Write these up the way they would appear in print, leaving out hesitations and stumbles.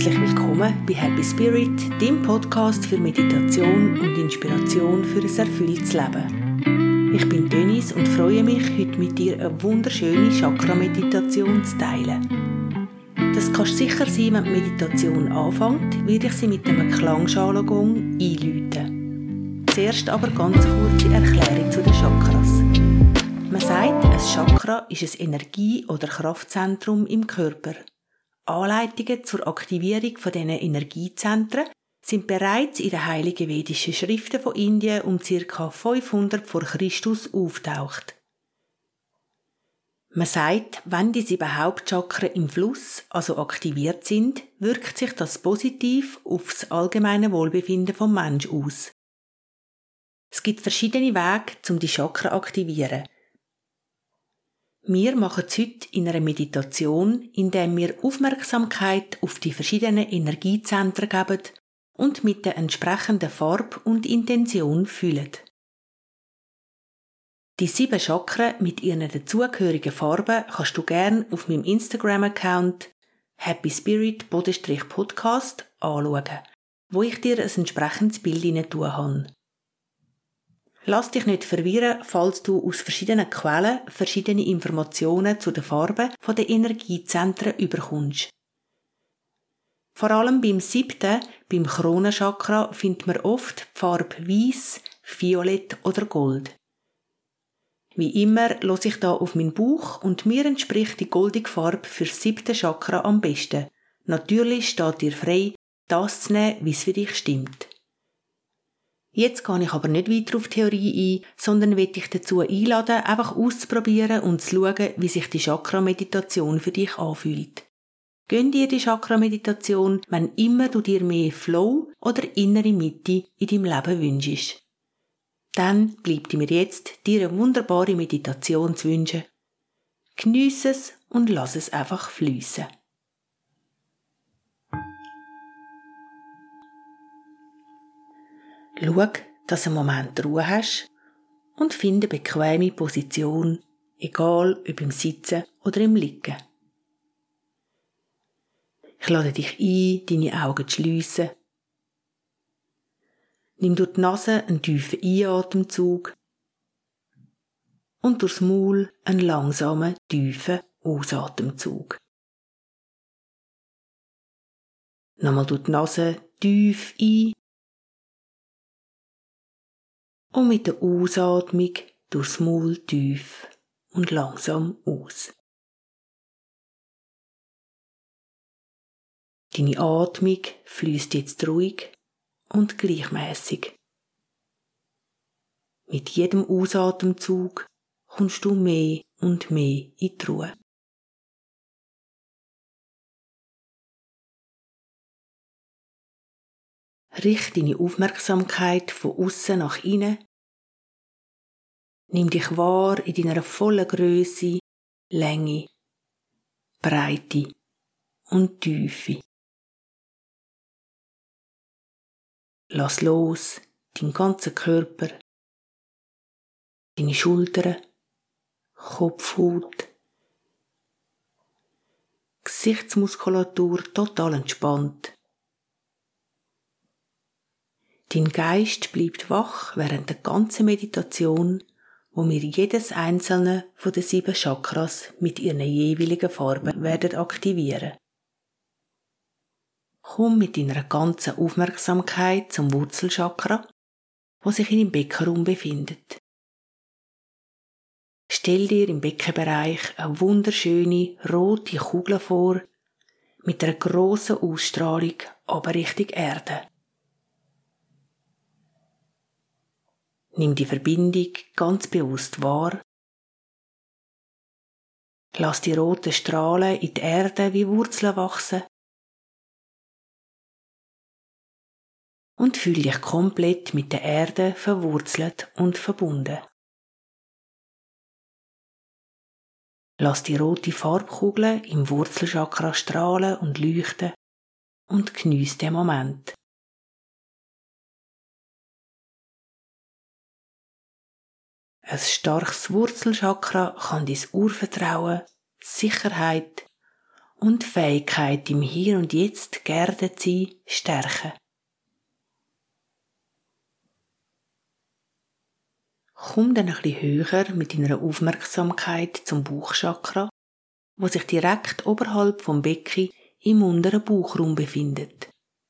Herzlich willkommen bei Happy Spirit, dem Podcast für Meditation und Inspiration für ein erfülltes Leben. Ich bin Denise und freue mich, heute mit dir eine wunderschöne Chakra-Meditation zu teilen. Das kannst sicher sein, wenn die Meditation anfängt, werde ich sie mit einem Klangschalengang einläuten. Zuerst aber ganz kurze Erklärung zu den Chakras. Man sagt, ein Chakra ist ein Energie- oder Kraftzentrum im Körper. Anleitungen zur Aktivierung von diesen Energiezentren sind bereits in den heiligen vedischen Schriften von Indien um ca. 500 vor Christus auftaucht. Man sagt, wenn die 7 Hauptchakren im Fluss, also aktiviert sind, wirkt sich das positiv auf das allgemeine Wohlbefinden des Menschen aus. Es gibt verschiedene Wege, um die Chakren zu aktivieren. Wir machen es heute in einer Meditation, indem wir Aufmerksamkeit auf die verschiedenen Energiezentren geben und mit der entsprechenden Farbe und Intention füllen. Die 7 Chakren mit ihren dazugehörigen Farben kannst du gerne auf meinem Instagram-Account happyspirit_podcast anschauen, wo ich dir ein entsprechendes Bild hineintun habe. Lass dich nicht verwirren, falls du aus verschiedenen Quellen verschiedene Informationen zu den Farben der Energiezentren überkommst. Vor allem beim 7., beim Kronenchakra, findet man oft die Farbe Weiss, Violett oder Gold. Wie immer höre ich da auf meinen Bauch und mir entspricht die goldige Farbe für das 7. Chakra am besten. Natürlich steht dir frei, das zu nehmen, wie es für dich stimmt. Jetzt gehe ich aber nicht weiter auf die Theorie ein, sondern will dich dazu einladen, einfach auszuprobieren und zu schauen, wie sich die Chakra-Meditation für dich anfühlt. Gönn dir die Chakra-Meditation, wenn immer du dir mehr Flow oder innere Mitte in deinem Leben wünschst. Dann bleibt mir jetzt, dir eine wunderbare Meditation zu wünschen. Geniesse es und lass es einfach fliessen. Schau, dass du einen Moment Ruhe hast und finde eine bequeme Position, egal ob im Sitzen oder im Liegen. Ich lade dich ein, deine Augen zu schliessen. Nimm durch die Nase einen tiefen Einatemzug und durchs Maul einen langsamen, tiefen Ausatemzug. Nochmal durch die Nase tief ein und mit der Ausatmung durchs Maul tief und langsam aus. Deine Atmung fließt jetzt ruhig und gleichmäßig. Mit jedem Ausatemzug kommst du mehr und mehr in die Ruhe. Richte deine Aufmerksamkeit von außen nach innen. Nimm dich wahr in deiner vollen Grösse, Länge, Breite und Tiefe. Lass los deinen ganzen Körper, deine Schultern, Kopfhaut, Gesichtsmuskulatur total entspannt. Dein Geist bleibt wach während der ganzen Meditation, wo wir jedes einzelne von den 7 Chakras mit ihren jeweiligen Farben werden aktivieren. Komm mit deiner ganzen Aufmerksamkeit zum Wurzelchakra, wo sich in deinem Beckenraum befindet. Stell dir im Beckenbereich eine wunderschöne rote Kugel vor, mit einer grossen Ausstrahlung aber Richtung Erde. Nimm die Verbindung ganz bewusst wahr. Lass die roten Strahlen in die Erde wie Wurzeln wachsen. Und fühl dich komplett mit der Erde verwurzelt und verbunden. Lass die rote Farbkugel im Wurzelchakra strahlen und leuchten und geniess den Moment. Ein starkes Wurzelchakra kann dein Urvertrauen, Sicherheit und die Fähigkeit, im Hier und Jetzt geerdet zu sein, stärken. Komm dann ein bisschen höher mit deiner Aufmerksamkeit zum Bauchchakra, wo sich direkt oberhalb vom Becken im unteren Bauchraum befindet.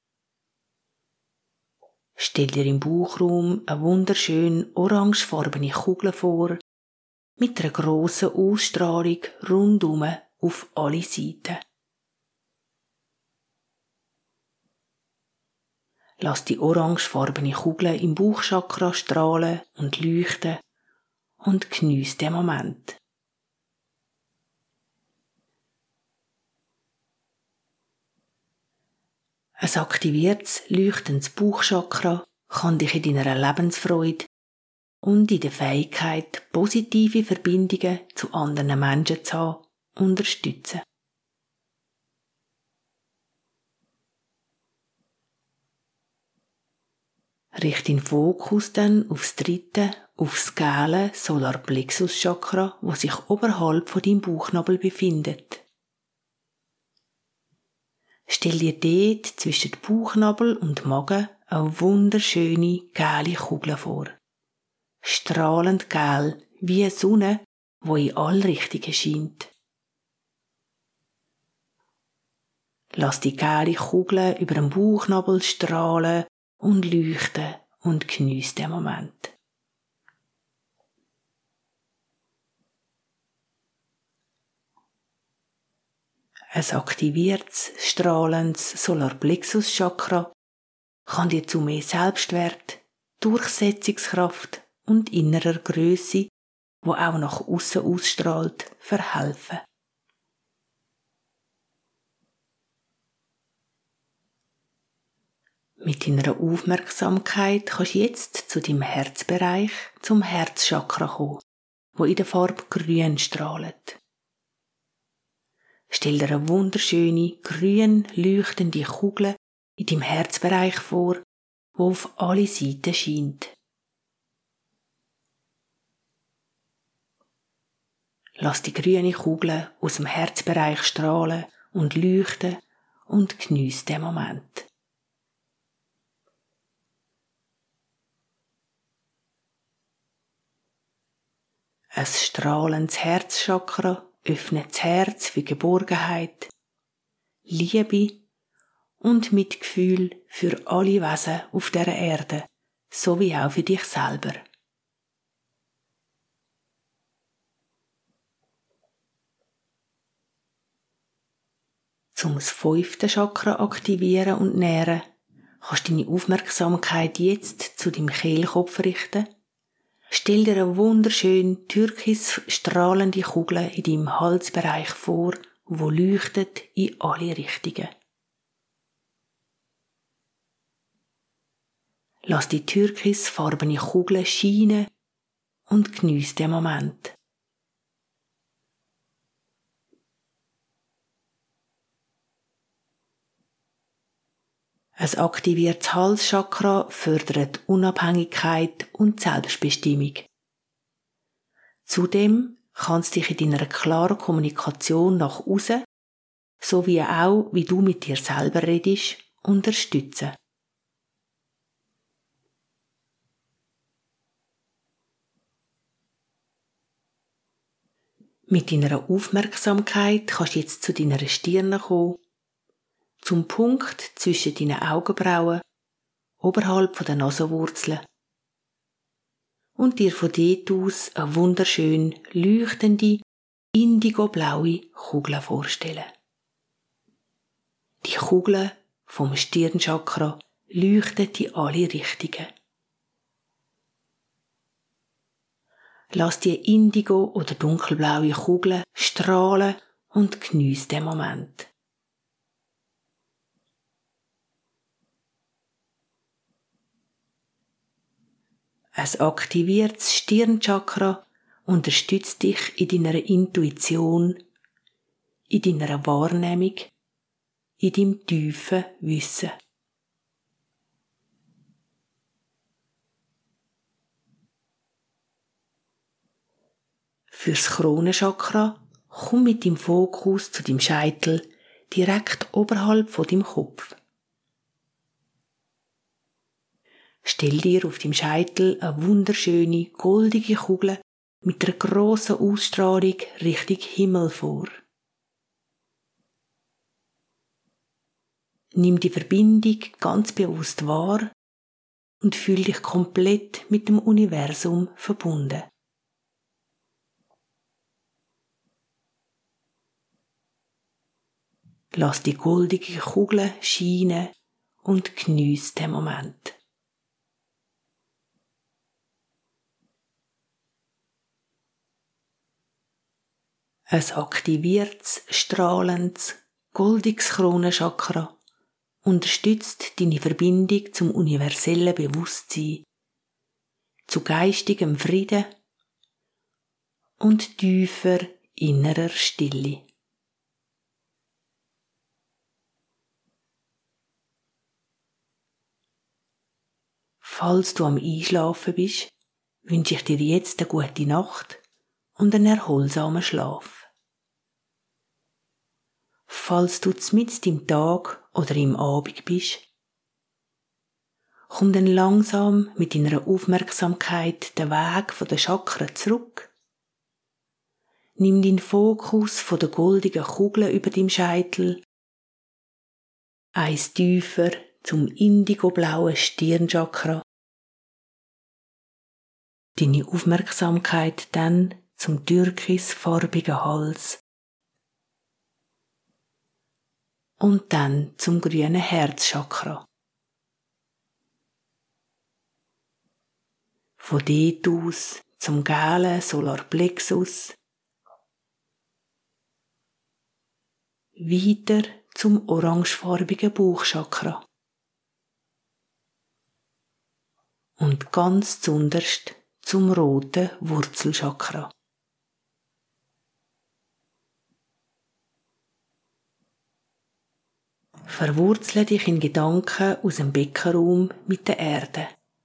Stell dir im Bauchraum eine wunderschön orangefarbene Kugel vor, mit einer grossen Ausstrahlung rundum auf alle Seiten. Lass die orangefarbene Kugel im Bauchchakra strahlen und leuchten und geniess den Moment. Ein aktiviertes, leuchtendes Bauchchakra kann dich in deiner Lebensfreude und in der Fähigkeit, positive Verbindungen zu anderen Menschen zu haben, unterstützen. Richte den Fokus dann aufs dritte, aufs gelbe Solarplexus-Chakra, das sich oberhalb von deinem Bauchnabel befindet. Stell dir dort zwischen Bauchnabel und Magen eine wunderschöne, gelbe Kugel vor. Strahlend gel, wie eine Sonne, die in alle Richtungen scheint. Lass die gelbe Kugel über den Bauchnabel strahlen und leuchten und geniess den Moment. Ein aktiviertes, strahlendes Solarplexus-Chakra kann dir zu mehr Selbstwert, Durchsetzungskraft und innerer Grösse, wo auch nach aussen ausstrahlt, verhelfen. Mit deiner Aufmerksamkeit kannst du jetzt zu deinem Herzbereich, zum Herzchakra kommen, wo in der Farbe grün strahlt. Stell dir eine wunderschöne, grün leuchtende Kugel in deinem Herzbereich vor, wo auf alle Seiten scheint. Lass die grüne Kugel aus dem Herzbereich strahlen und leuchten und geniess den Moment. Ein strahlendes Herzchakra öffnet das Herz für Geborgenheit, Liebe und Mitgefühl für alle Wesen auf dieser Erde, sowie auch für dich selber. Um das 5. Chakra aktivieren und nähren, kannst du deine Aufmerksamkeit jetzt zu deinem Kehlkopf richten. Stell dir eine wunderschön türkis strahlende Kugel in deinem Halsbereich vor, wo leuchtet in alle Richtungen. Lass die türkisfarbene Kugel scheinen und geniess den Moment. Ein aktiviertes Halschakra fördert Unabhängigkeit und Selbstbestimmung. Zudem kannst du dich in deiner klaren Kommunikation nach außen, sowie auch, wie du mit dir selber redest, unterstützen. Mit deiner Aufmerksamkeit kannst du jetzt zu deiner Stirn kommen, zum Punkt zwischen deinen Augenbrauen, oberhalb der Nasenwurzeln, und dir von dort aus eine wunderschön leuchtende, indigoblaue Kugel vorstellen. Die Kugel vom Stirnchakra leuchtet in alle Richtungen. Lass die indigo- oder dunkelblaue Kugel strahlen und geniess den Moment. Ein aktiviertes Stirnchakra unterstützt dich in deiner Intuition, in deiner Wahrnehmung, in deinem tiefen Wissen. Fürs Kronenchakra komm mit deinem Fokus zu deinem Scheitel direkt oberhalb von deinem Kopf. Stell dir auf deinem Scheitel eine wunderschöne, goldige Kugel mit einer grossen Ausstrahlung Richtung Himmel vor. Nimm die Verbindung ganz bewusst wahr und fühl dich komplett mit dem Universum verbunden. Lass die goldige Kugel scheinen und geniess den Moment. Ein aktiviertes, strahlendes, goldiges Kronenchakra unterstützt deine Verbindung zum universellen Bewusstsein, zu geistigem Frieden und tiefer innerer Stille. Falls du am Einschlafen bist, wünsche ich dir jetzt eine gute Nacht und einen erholsamen Schlaf. Falls du mitten im Tag oder im Abend bist, komm dann langsam mit deiner Aufmerksamkeit den Weg von den Chakren zurück. Nimm deinen Fokus von der goldigen Kugel über deinem Scheitel, eins tiefer zum indigoblauen Stirnchakra, deine Aufmerksamkeit dann zum türkisfarbigen Hals und dann zum grünen Herzchakra. Von dort aus zum gelben Solarplexus, weiter zum orangefarbigen Bauchchakra und ganz zunderst zum roten Wurzelchakra. Verwurzle dich in Gedanken aus dem Beckenraum mit der Erde.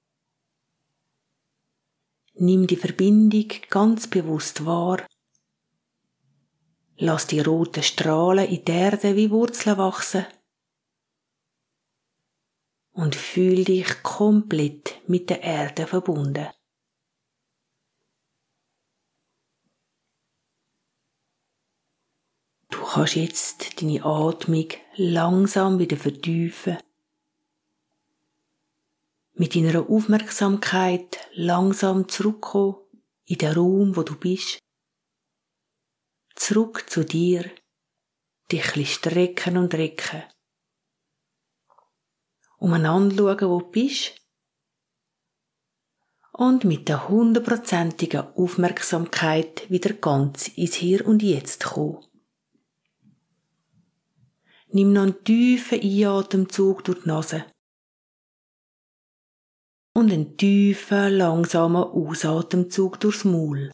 Nimm die Verbindung ganz bewusst wahr. Lass die roten Strahlen in die Erde wie Wurzeln wachsen. Und fühl dich komplett mit der Erde verbunden. Du kannst jetzt deine Atmung langsam wieder vertiefen. Mit deiner Aufmerksamkeit langsam zurückkommen in den Raum, wo du bist. Zurück zu dir, dich ein bisschen strecken und recken. Umeinander schauen, wo du bist. Und mit der 100%igen Aufmerksamkeit wieder ganz ins Hier und Jetzt kommen. Nimm noch einen tiefen Einatemzug durch die Nase. Und einen tiefen, langsamen Ausatemzug durchs Maul.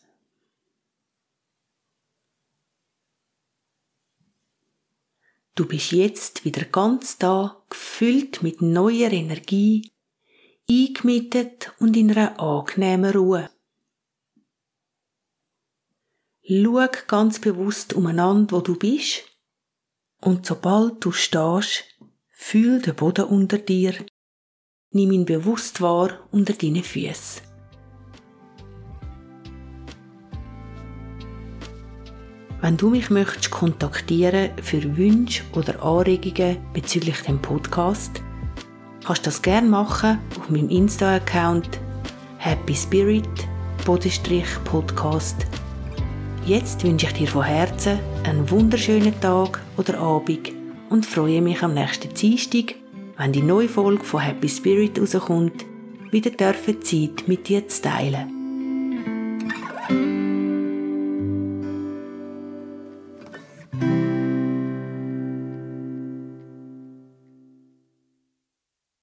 Du bist jetzt wieder ganz da, gefüllt mit neuer Energie, eingemietet und in einer angenehmen Ruhe. Schau ganz bewusst umeinander, wo du bist, und sobald du stehst, fühl den Boden unter dir, nimm ihn bewusst wahr unter deinen Füßen. Wenn du mich möchtest kontaktieren für Wünsche oder Anregungen bezüglich dem Podcast, kannst du das gerne machen auf meinem Insta-Account happyspirit_podcast. Jetzt wünsche ich dir von Herzen einen wunderschönen Tag oder Abend und freue mich am nächsten Dienstag, wenn die neue Folge von Happy Spirit rauskommt, wieder Zeit mit dir zu teilen.